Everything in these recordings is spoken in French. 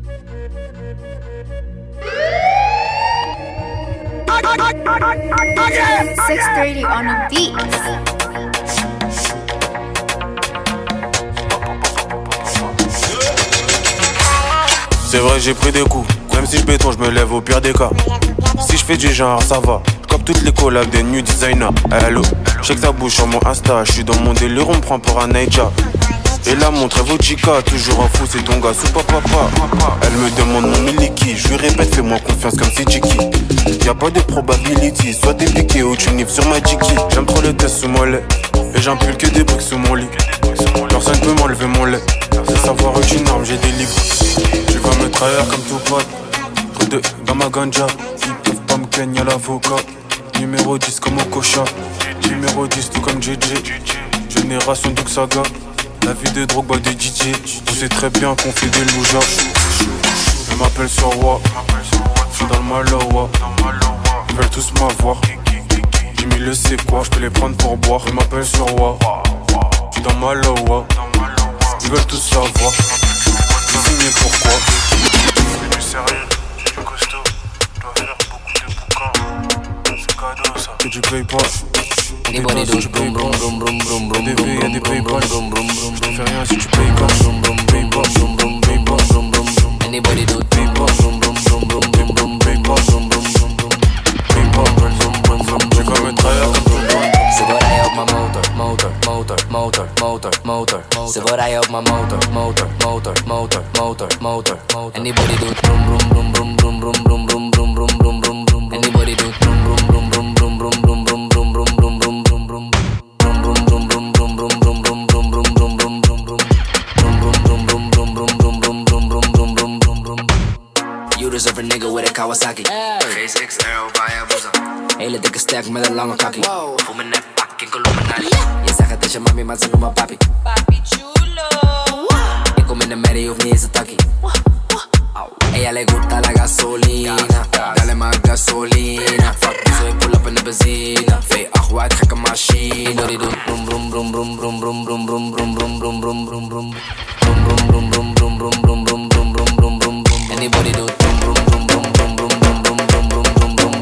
630 on the beat. C'est vrai j'ai pris des coups, même si je béton je me lève au pire des cas. Si je fais du genre ça va, comme toutes les collabs des new designers. Hello, je sais que ça bouge sur mon Insta, je suis dans mon délire, on me prend pour un Naija. Et la montre elle vaut chica, toujours un fou c'est ton gars sous papa. Elle me demande mon miliki, je lui répète fais-moi confiance comme c'est Jiki. Y'a pas de probability, soit t'es piqué ou tu nives sur ma Jiki. J'aime trop le test sous mon lait, et j'impule que des briques sous mon lit. Personne peut m'enlever mon lait, c'est savoir est une arme, j'ai des livres. Tu vas me trahir comme tout pote, trop de dans ma ganja. Ils peuvent pas me ken, y'a l'avocat. Numéro 10 comme Okocha, numéro 10 tout comme JJ. Génération Duk Saga, la vie de drogue de DJ. Tu sais très bien qu'on fait des loujas. Je m'appelle Sorwa, j'suis dans le Malawa. Ils veulent tous m'avoir, Jimmy le sait quoi, j'peux les prendre pour boire. Je m'appelle Sorwa, j'suis dans Malawa. Ils veulent tous savoir, j'ai signé pourquoi. C'est du sérieux, c'est du costaud. Dois faire beaucoup de bouquins, c'est cadeau ça. Que tu payes pas. Anybody do brum brum brum brum brum brum brum brum brum brum brum. Je te fais rien si tu payes pas. Anybody do brum brum brum brum brum brum brum brum brum brum. Tu vas me trahir. Segura op my motor. Segura op my motor. Anybody do brum brum brum brum brum brum brum brum brum brum brum brum. Anybody do brum brum brum brum brum brum brum brum brum brum brum brum brum brum. You deserve a nigga with a Kawasaki. Face XL bij Abuza. Hele dikke stack met een lange kakkie. Voel me net pak in Illuminati. Je zegt het is je mami, maar ze noemt me papi. Papi chulo. Ik kom in de merrie, hoef niet eens een takkie. Ella le gusta la gasolina. Dale más gasolina. Fuck you, so ik pull up in de benzine. V8 uit gekke machine. Body doet brum brum brum brum brum brum brum brum brum brum brum brum brum brum. Brum brum brum brum brum brum brum brum brum brum brum brum. Anybody do brum brum brum brum brum brum brum brum brum brum brum brum brum.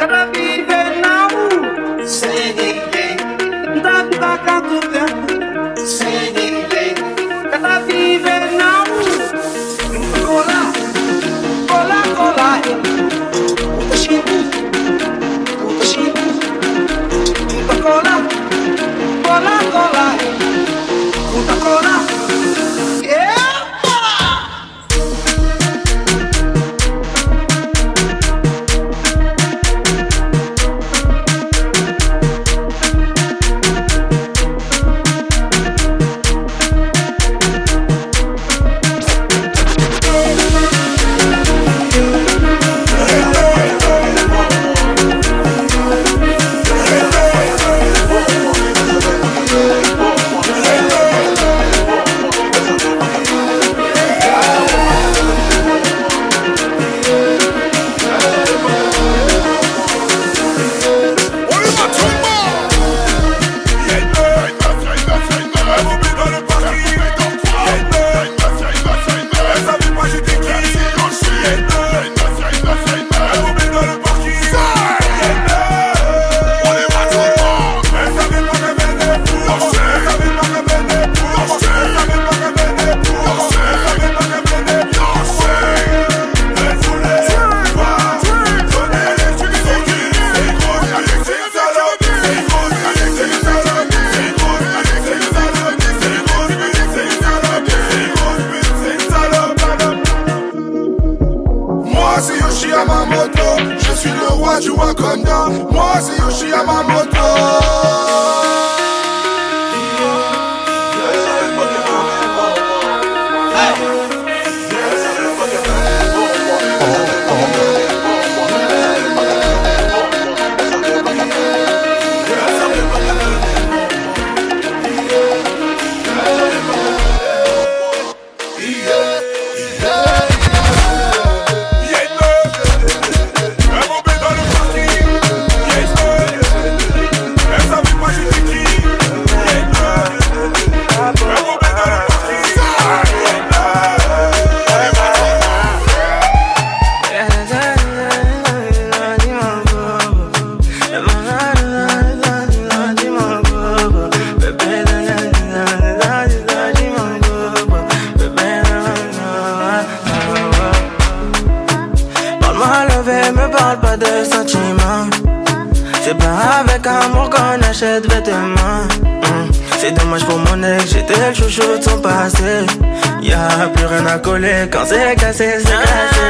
C'est dommage pour mon ex, j'étais le chouchou de son passé. Y'a plus rien à coller, quand c'est cassé, c'est cassé.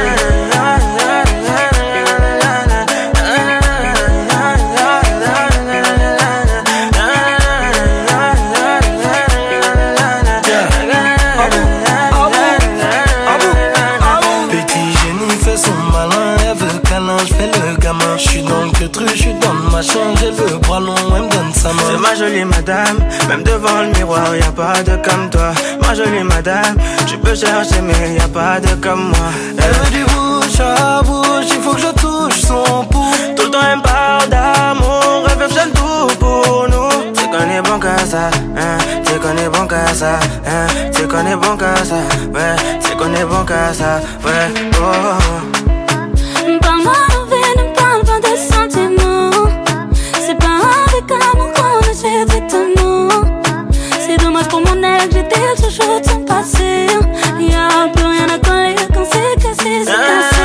J'suis dans le queutru, j'suis dans le machin, j'ai le bras long, elle me donne sa main. C'est ma jolie madame, même devant le miroir, y'a pas de comme toi. Ma jolie madame, tu peux chercher mais y'a pas de comme moi. Elle veut du bouche à bouche, il faut que je touche son pouls. Tout le temps elle me parle d'amour, elle fait tout pour nous. C'est qu'on est bon qu'à ça, hein, c'est qu'on est bon qu'à ça, hein, c'est qu'on est bon qu'à ça, ouais, c'est qu'on est bon qu'à ça, ouais, oh. Parle-moi ne parle pas de sentiments. C'est pas avec amour qu'on achète vêtements. C'est dommage pour mon ex, j'étais le chouchou de son passé. Y'a plus rien à coller quand c'est cassé, c'est cassé.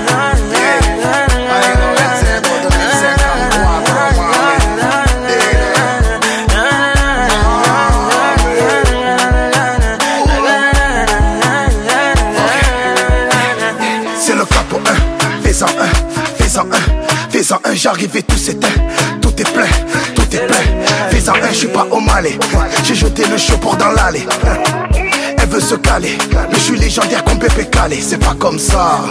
C'est le cap pour un, fais-en un, fais-en un, fais-en un, j'arrive et tout s'éteint, tout est plein, tout est plein. Fais-en un, j'suis pas au Malais, j'ai jeté le show pour dans l'allée. Elle veut se caler, mais j'suis légendaire comme Pépé Calé, c'est pas comme ça.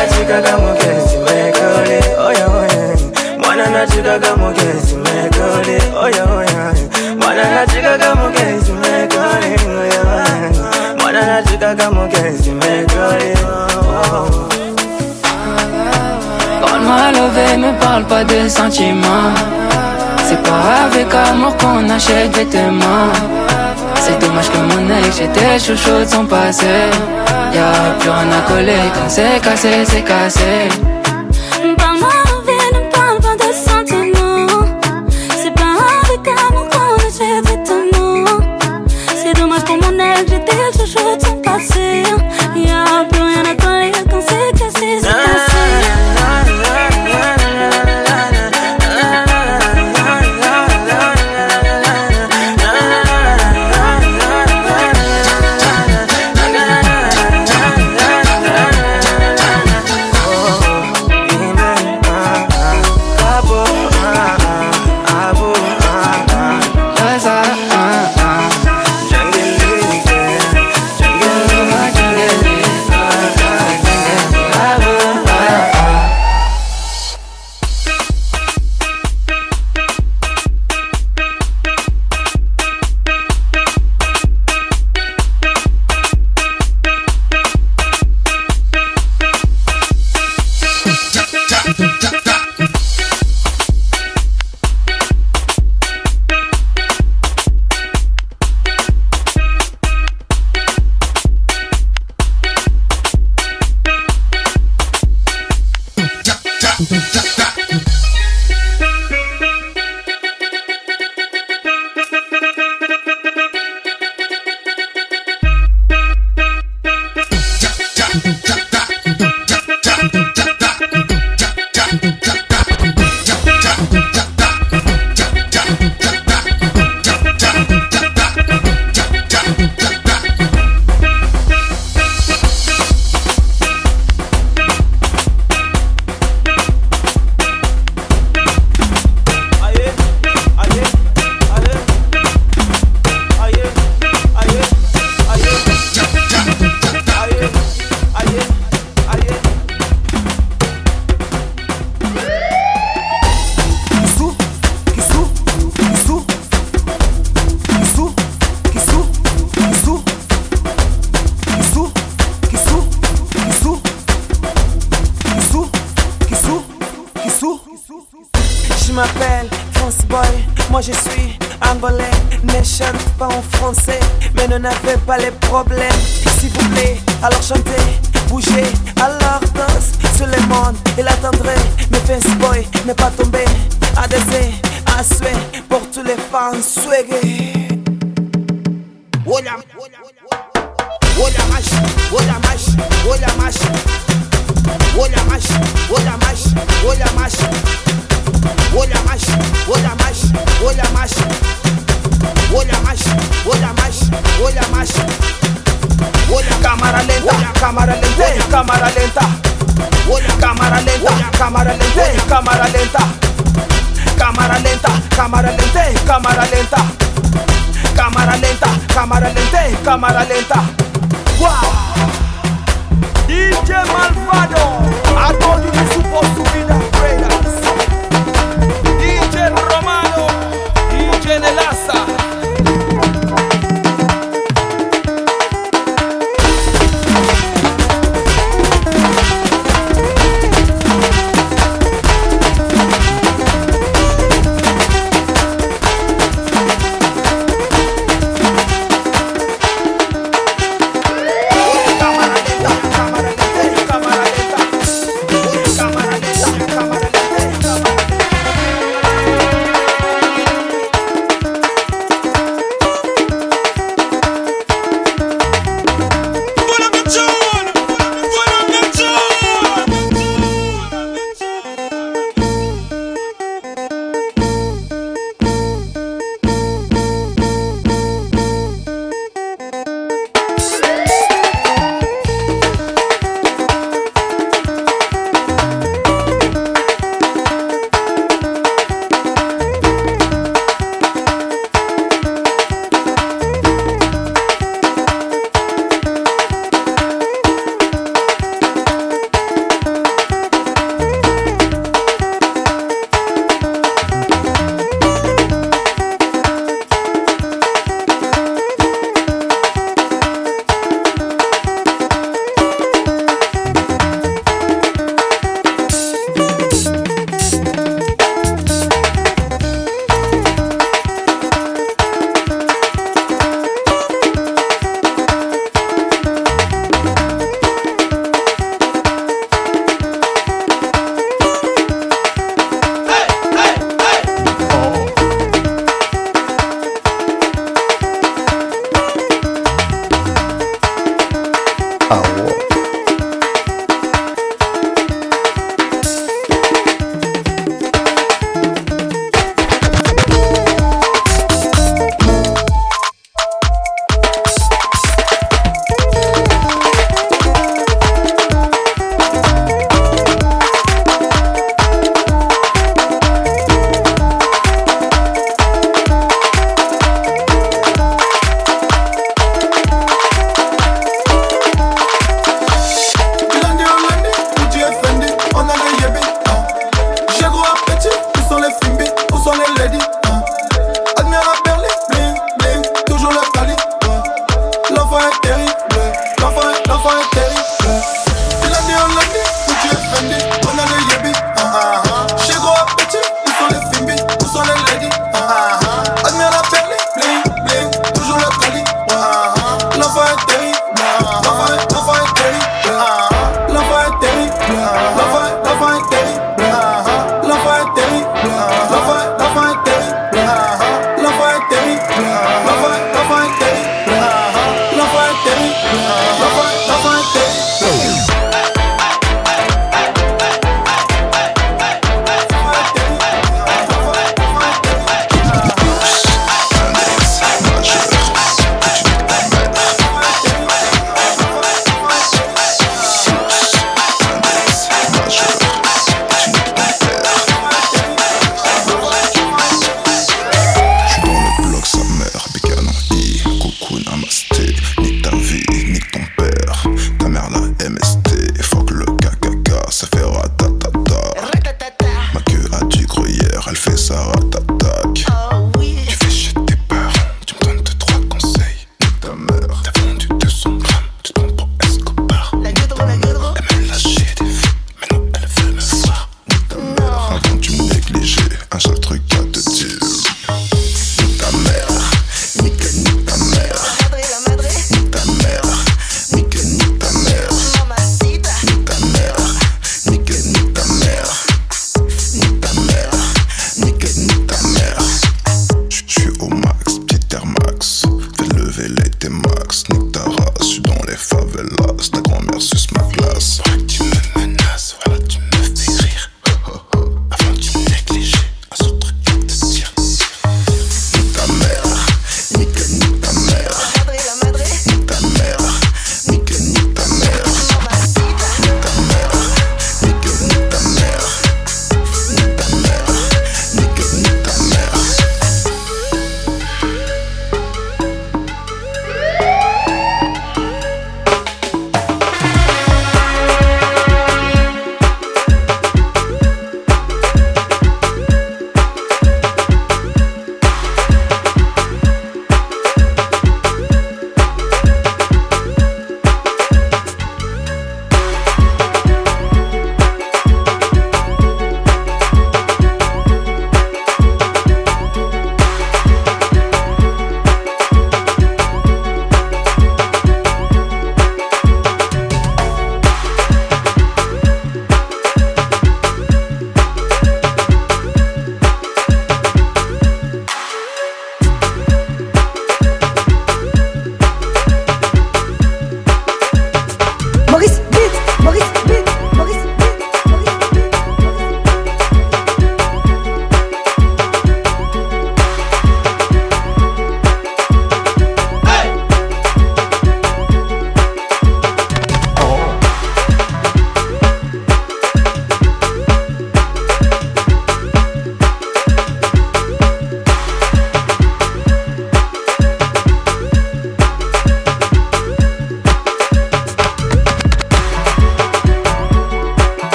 Parle-moi levé, me parle pas de sentiments. C'est pas avec amour qu'on achète vêtements. C'est dommage que mon ex, j'étais le chouchou de son passé. Y'a plus rien à coller, quand c'est cassé, c'est cassé. Parle-moi ne parle Je m'appelle France Boy, moi je suis angolais. Ne chante pas en français, mais ne n'avez pas les problèmes. S'il vous plaît, alors chantez, bougez, alors danse sur le monde. Il attendrait, mais France Boy n'est pas tombé. ADC, à souhait pour tous les fans swaggy. Hola, hola mash, hola mash, hola mash, hola mash, hola mash, hola mash, hola mash, hola mash, hola mash, hola mash, hola mash, hola mash, hola cámara lenta, cámara lenta, cámara lenta, hola cámara lenta, cámara lenta, cámara lenta, cámara lenta, cámara lenta, cámara lenta. Cámara lenta, cámara lenta, cámara lenta. Wow. DJ Malvado, I told you you're supposed to be the greatest. DJ Romano, DJ Nelasa.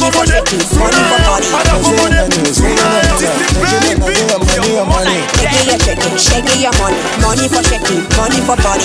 money for shaking, money for body. Shaking your money, money for shaking, money for body.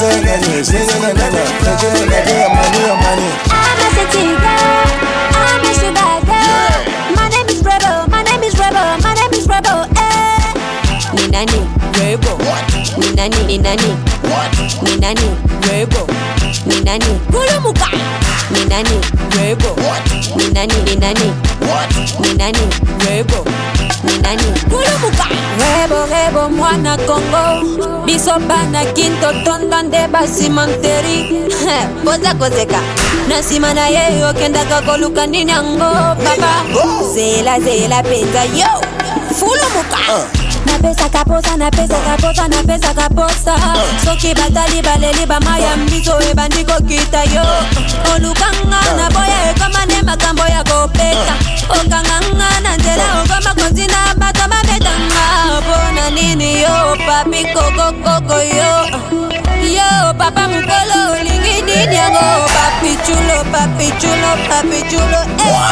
I'm a city girl, I'm a sugar girl. My name is Rebel, my name is Rebel, my name is Rebel. Ninani, Rebel. Ninani, Ninani. Ninani, Rebel. Ninani, Gulumuka. Ninani, Rebel. Ninani, Ninani. Ninani, Rebel. Ninani, Gulumuka. Rebel, Rebel, mwana Congo. Bisobana kinto tondande basimanteri. Boza kozeka. Nasima na yeyo kenda kakoluka ninyango. Baba, zela zela peza yo. Fulumuka. Napesa kaposa, napesa kaposa, napesa kaposa. Soki batali baleli bamaya mbizo ebandiko kita yo. Olukanga na boya ekoma ne makambo ya kopeka. Okanganga na nzela okoma konzina batama betanga. Bona nini yo papi koko koko yo. Yo papa mukolo lingi nini yango. Papi chulo, papi chulo, papi chulo.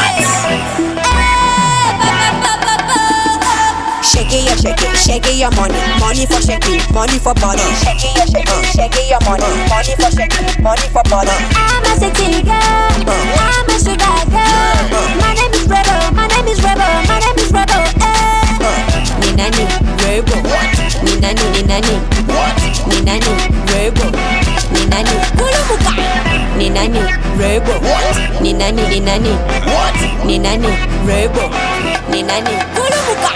Shaking your money, money for shaking, money for body. Shaking your money, money for shaking, money for body. I'm a sexy girl, I'm a sugar girl. My name is Rebel, my name is Rebel, my name is Rebel. Ninani, Rebel. Ninani, Ninani. Ninani, Rebel. Ninani, Gulumuka. Ninani, Rebel. Ninani, Ninani. Ninani, Rebel. Ninani, Gulumuka.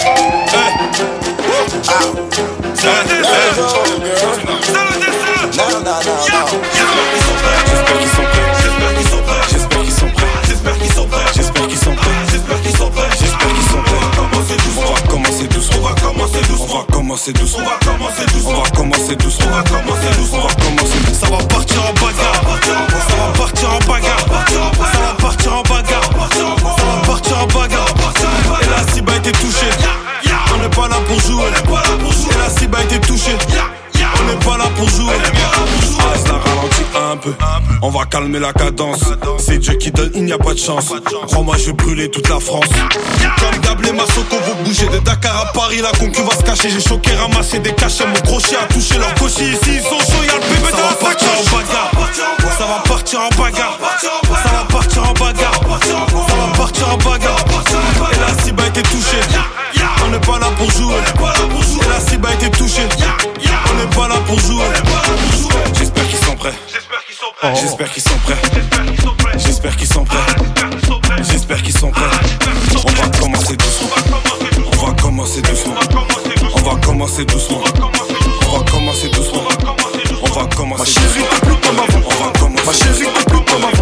J'espère qu'ils sont prêts. On va commencer doucement. On va commencer doucement. Ça va partir en bagarre. Et la cible a été touchée. On n'est pas là pour jouer. Et la cible a été touchée. On n'est pas là pour jouer. Ça ralentit un peu. On va calmer la cadence. C'est Dieu qui donne, il n'y a pas de chance. Crois-moi, je vais brûler toute la France. Comme d'hab, les Massoko vont bouger. De Dakar à Paris, la concu va se cacher. J'ai choqué, ramassé des cachets. Mon crochet a touché leur cochis. Ici, ils sont chauds, y'a le bébé de la sacoche. Ça va partir en bagarre. Et la cible a été touchée. On n'est pas là pour jouer. Et la cible a été touchée. On n'est pas là pour jouer. J'espère qu'ils sont prêts. J'espère qu'ils sont prêts. On va commencer doucement. Ma chérie, t'es plus comme avant. Ma chérie, t'es plus comme avant.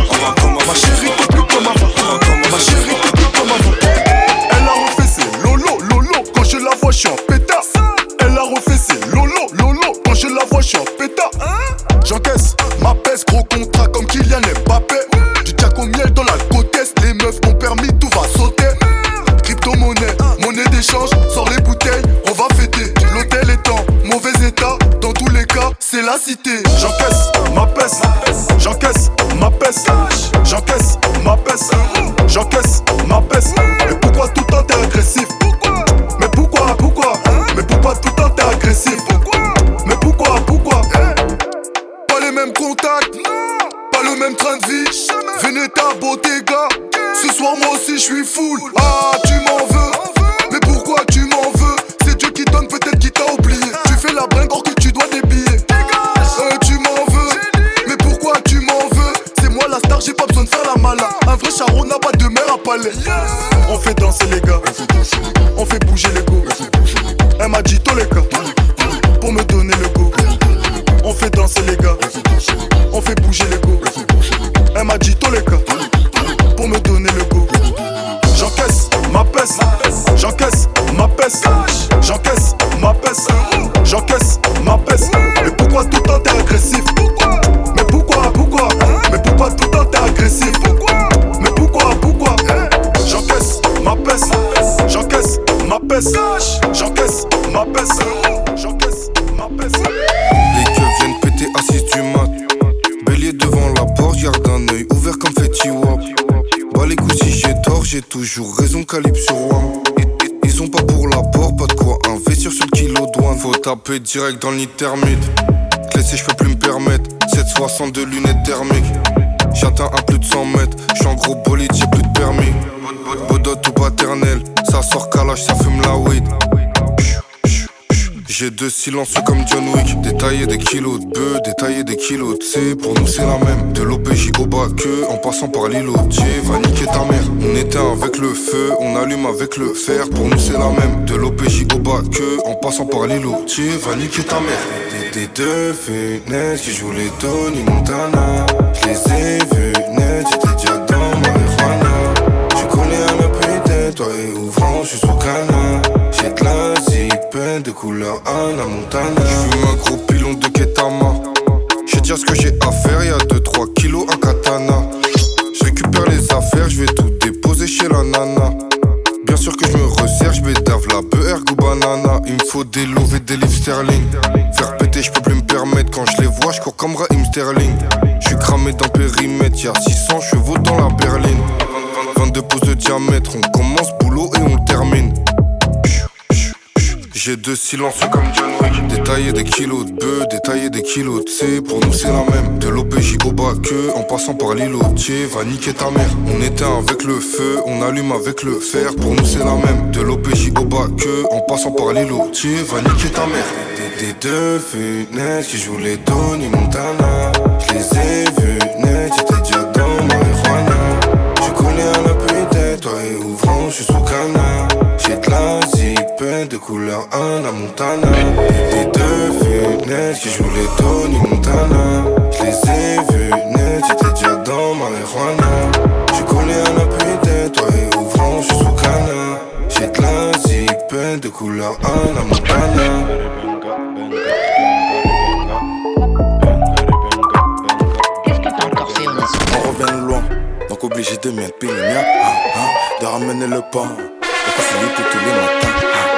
Elle a refait ses lolo. Quand je la vois, je suis en pétard. Elle a refait ses lolo. Quand je la vois, je suis en pétard. J'encaisse ma peste, gros contrat comme Kylian Mbappé. Du jack au miel dans la côte est. Les meufs m'ont permis, tout va sauter. Crypto-monnaie, monnaie d'échange. Sors les bouteilles, on va fêter. L'hôtel est en mauvais état. Dans tous les cas, c'est la cité. J'encaisse ma peste. Mais pourquoi tout le temps t'es agressif? Mais pourquoi tout le temps t'es agressif? Mais pourquoi Pas les mêmes contacts, pas le même train de vie. Veneta, Bottega. Ce soir moi aussi je suis full. Ah tu m'en veux, mais pourquoi tu m'en veux? C'est Dieu qui donne, peut-être qui t'a oublié. Tu fais la bringue or que tu dois des billets. Tu m'en veux, mais pourquoi tu m'en veux? C'est moi la star, j'ai pas besoin de faire la mala. Un vrai charron n'a pas de mère à palais. On fait danser les gars, on fait bouger les go. Elle m'a dit tous les cas pour me donner le go. On fait danser les gars, on fait bouger les go. Elle m'a dit tous les cas pour me donner le go. J'encaisse ma peste. Mais pourquoi tout le temps t'es agressif? Mais pourquoi Mais pourquoi tout le temps t'es agressif? Mais pourquoi J'encaisse ma peste. Les keufs viennent péter à 6 du mat. Bélier devant la porte, garde un œil ouvert comme Fetty Wap. les coups si j'ai tort, j'ai toujours raison, calibre sur one. Ils ont pas pour l'apport, pas de quoi investir sur le kilo douane. Faut taper direct dans le nid thermite. Te laisser, j'peux plus me permettre. 762 lunettes thermiques. J'atteins à plus de 100 mètres. J'suis en gros bolide, j'ai plus de permis. Bodote ou paternel, ça sort calage, ça fume la weed. J'ai deux silencieux comme John Wick. Détailler des kilos de bœufs, détailler des kilos de C. Pour nous c'est la même, de l'OPJ au bas que en passant par l'îlotier. Va niquer ta mère. On éteint avec le feu, on allume avec le fer. Pour nous c'est la même, de l'OPJ au bas que en passant par l'îlotier. Va niquer ta mère. Des deux fenêtres qui jouent les Tony Montana. Je les ai vus net, j'étais déjà dans marijuana. Je connais un appétit, toi et ouvrant, je suis sous canard. J'ai de la zipette de couleur Anna Montana. J'fume un gros pilon de Ketama. J'sais dire ce que j'ai à faire, y'a 2-3 kilos à katana. J'récupère les affaires, j'vais tout déposer chez la nana. Bien sûr que j'me resserre, j'bédave la beurre ou banana. Il me faut des loaves et des livres sterling. Faire péter, j'peux plus me permettre. Quand je les vois, j'cours comme Raheem Sterling. J'suis cramé dans le périmètre, y'a 600 chevaux dans la berline. 22 pouces de diamètre, on commence boulot et on le termine. J'ai deux silencieux comme John Wick. Détailler des kilos de bœufs, détailler des kilos de C. Pour nous c'est la même, de l'OPJ au bas que en passant par l'îlotier. Va niquer ta mère. On éteint avec le feu, on allume avec le fer. Pour nous c'est la même, de l'OPJ au bas que en passant par l'îlotier. Va niquer ta mère. Des deux fenêtres qui jouent les Tony Montana. Je les ai vus net, j'étais déjà dans marijuana. Je connais un appétit, toi et ouvrant, je suis sous canard. J'ai de la zipette de couleur Anna Montana. Des deux fenêtres qui jouent les Tony Montana. Je les ai vus net, j'étais déjà dans marijuana. Je connais un appétit, toi et ouvrant, je suis sous canard. J'ai de la zipette de couleur Anna Montana. On revient de loin, donc obligé de mettre périmia, de ramener le pain, de faciliter tous les matins.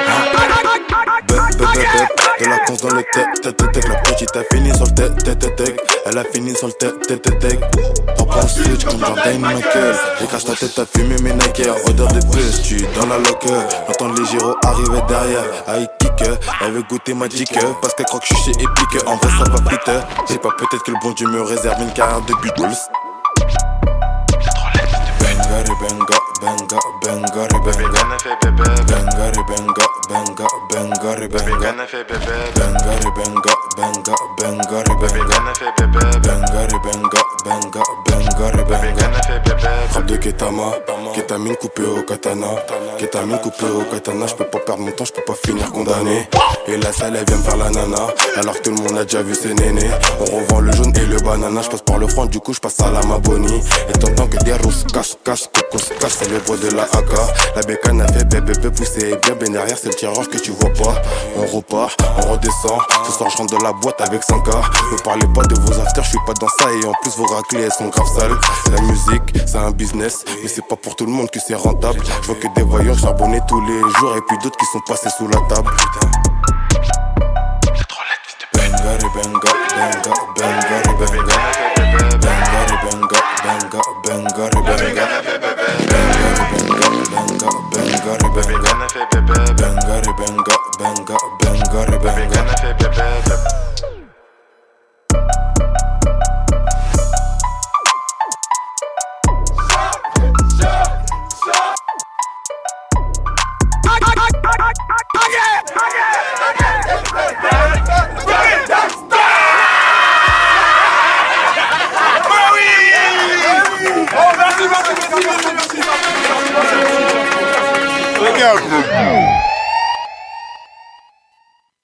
De la conce dans le tête, la petite a fini sur le tête, elle a fini sur le tête. On prend switch comme Jordan Michael. J'écrache ta tête à fumer mes Nike. Odeur de bus, tu dans la locker. J'entends les gyros arriver derrière. Aïe kick, elle veut goûter ma dick. Parce qu'elle croit que je suis chez Epic. En vrai ça va vite. J'ai pas peut-être que le bon Dieu me réserve une carrière de Beatles. Benga, benga, benga, benga, benga, benga, benga, benga, benga, benga, benga, frappe de Ketama, kétamine coupée au katana, kétamine coupée au katana. J'peux pas perdre mon temps, j'peux pas finir condamné. Et la salle elle vient me faire la nana, alors que tout le monde a déjà vu ses nénés. On revend le jaune et le banana, j'passe par le front, du coup j'passe à la Maboni. Et t'entends que des rousses cache, cocos, cache, c'est le bruit de la AK. La bécane a fait bébé poussé bien derrière, c'est le tirage que tu vois pas. On repart, on redescend, ce soir je rentre dans la boîte avec 5K. Ne parlez pas de vos afters, je suis pas dans ça. Et en plus vos raclés elles sont grave sales. La musique c'est un business, mais c'est pas pour tout le monde que c'est rentable. Je vois que des voyants charbonnés tous les jours, et puis d'autres qui sont passés sous la table. Benga, benga, benga, benga, benga, benga, benga, benga, benga, benga. Again!